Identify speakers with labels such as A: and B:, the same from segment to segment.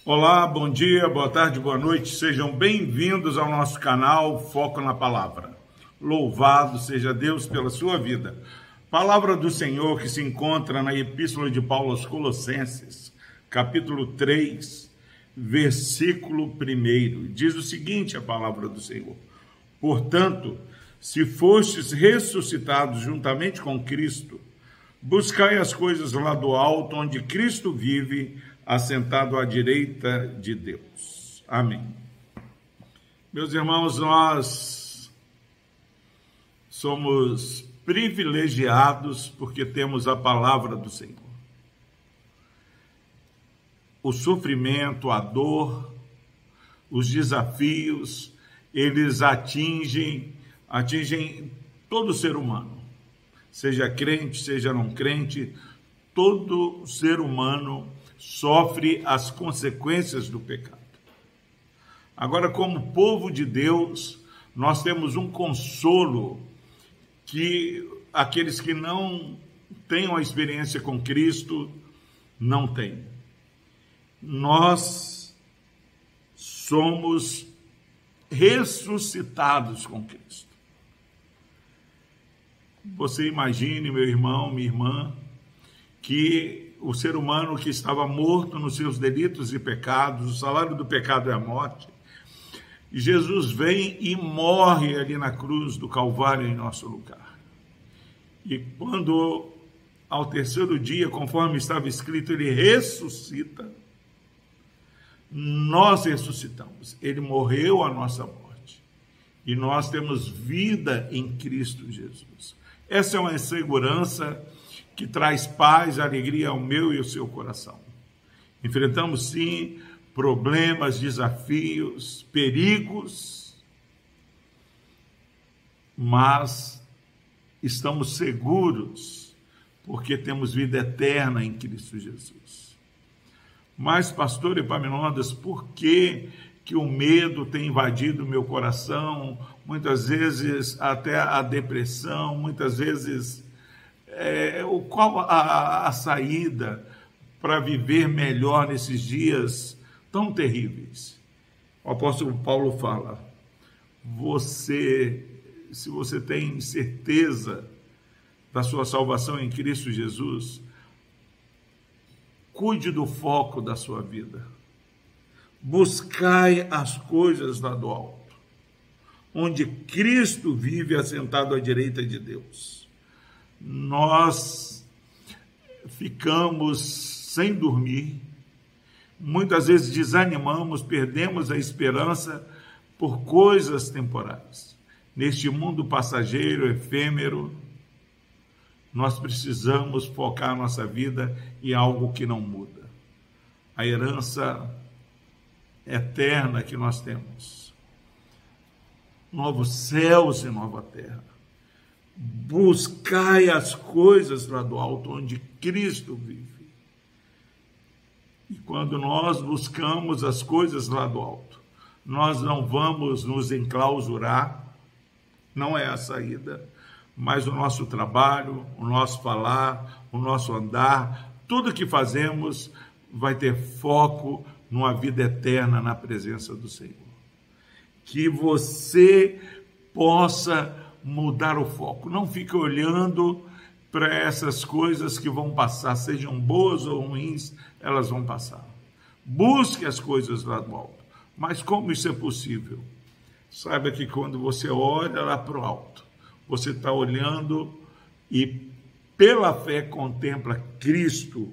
A: Olá, bom dia, boa tarde, boa noite, sejam bem-vindos ao nosso canal Foco na Palavra. Louvado seja Deus pela sua vida. Palavra do Senhor que se encontra na Epístola de Paulo aos Colossenses, capítulo 3, versículo 1. Diz o seguinte a palavra do Senhor: portanto, se fostes ressuscitados juntamente com Cristo, buscai as coisas lá do alto, onde Cristo vive, assentado à direita de Deus. Amém. Meus irmãos, nós somos privilegiados porque temos a palavra do Senhor. O sofrimento, a dor, os desafios, eles atingem todo ser humano. Seja crente, seja não crente, todo ser humano sofre as consequências do pecado. Agora, como povo de Deus, nós temos um consolo que aqueles que não têm a experiência com Cristo não têm. Nós somos ressuscitados com Cristo. Você imagine, meu irmão, minha irmã, que o ser humano que estava morto nos seus delitos e pecados, o salário do pecado é a morte, Jesus vem e morre ali na cruz do Calvário em nosso lugar. E quando, ao terceiro dia, conforme estava escrito, ele ressuscita, nós ressuscitamos. Ele morreu a nossa morte e nós temos vida em Cristo Jesus. Essa é uma segurança que traz paz, alegria ao meu e ao seu coração. Enfrentamos, sim, problemas, desafios, perigos, mas estamos seguros, porque temos vida eterna em Cristo Jesus. Mas, pastor Epaminondas, por que o medo tem invadido o meu coração? Muitas vezes até a depressão, muitas vezes... qual a saída para viver melhor nesses dias tão terríveis? O apóstolo Paulo fala: se você tem certeza da sua salvação em Cristo Jesus, cuide do foco da sua vida. Buscai as coisas lá do alto, onde Cristo vive assentado à direita de Deus. Nós ficamos sem dormir, muitas vezes desanimamos, perdemos a esperança por coisas temporais. Neste mundo passageiro, efêmero, nós precisamos focar nossa vida em algo que não muda. A herança eterna que nós temos. Novos céus e nova terra. Buscai as coisas lá do alto, onde Cristo vive. E quando nós buscamos as coisas lá do alto, nós não vamos nos enclausurar, não é a saída, mas o nosso trabalho, o nosso falar, o nosso andar, tudo que fazemos vai ter foco numa vida eterna na presença do Senhor. Que você possa mudar o foco. Não fique olhando para essas coisas que vão passar, sejam boas ou ruins, elas vão passar. Busque as coisas lá do alto. Mas como isso é possível? Saiba que quando você olha lá para o alto, você está olhando e pela fé contempla Cristo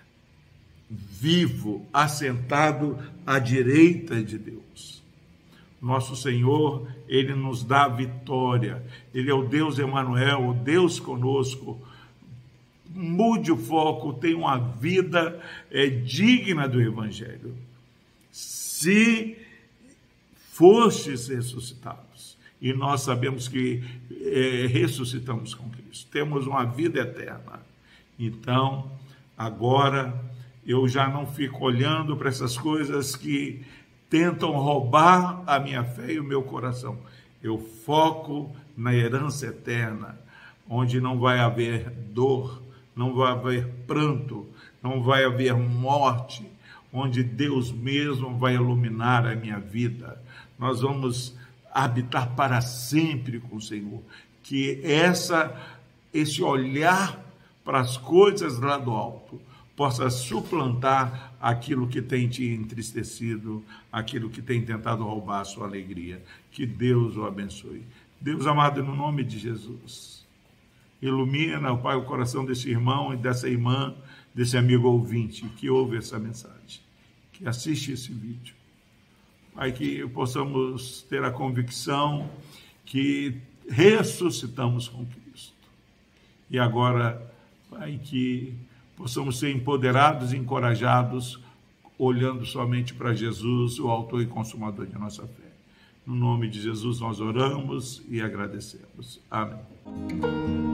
A: vivo, assentado à direita de Deus. Nosso Senhor, Ele nos dá vitória. Ele é o Deus Emanuel, o Deus conosco. Mude o foco, tenha uma vida digna do Evangelho. Se fostes ressuscitados, e nós sabemos que ressuscitamos com Cristo, temos uma vida eterna. Então, agora, eu já não fico olhando para essas coisas que tentam roubar a minha fé e o meu coração. Eu foco na herança eterna, onde não vai haver dor, não vai haver pranto, não vai haver morte, onde Deus mesmo vai iluminar a minha vida. Nós vamos habitar para sempre com o Senhor. Que esse olhar para as coisas lá do alto possa suplantar aquilo que tem te entristecido, aquilo que tem tentado roubar a sua alegria. Que Deus o abençoe. Deus amado, no nome de Jesus, ilumina, Pai, o coração desse irmão e dessa irmã, desse amigo ouvinte que ouve essa mensagem, que assiste esse vídeo. Pai, que possamos ter a convicção que ressuscitamos com Cristo. E agora, Pai, que possamos ser empoderados e encorajados, olhando somente para Jesus, o autor e consumador de nossa fé. No nome de Jesus nós oramos e agradecemos. Amém.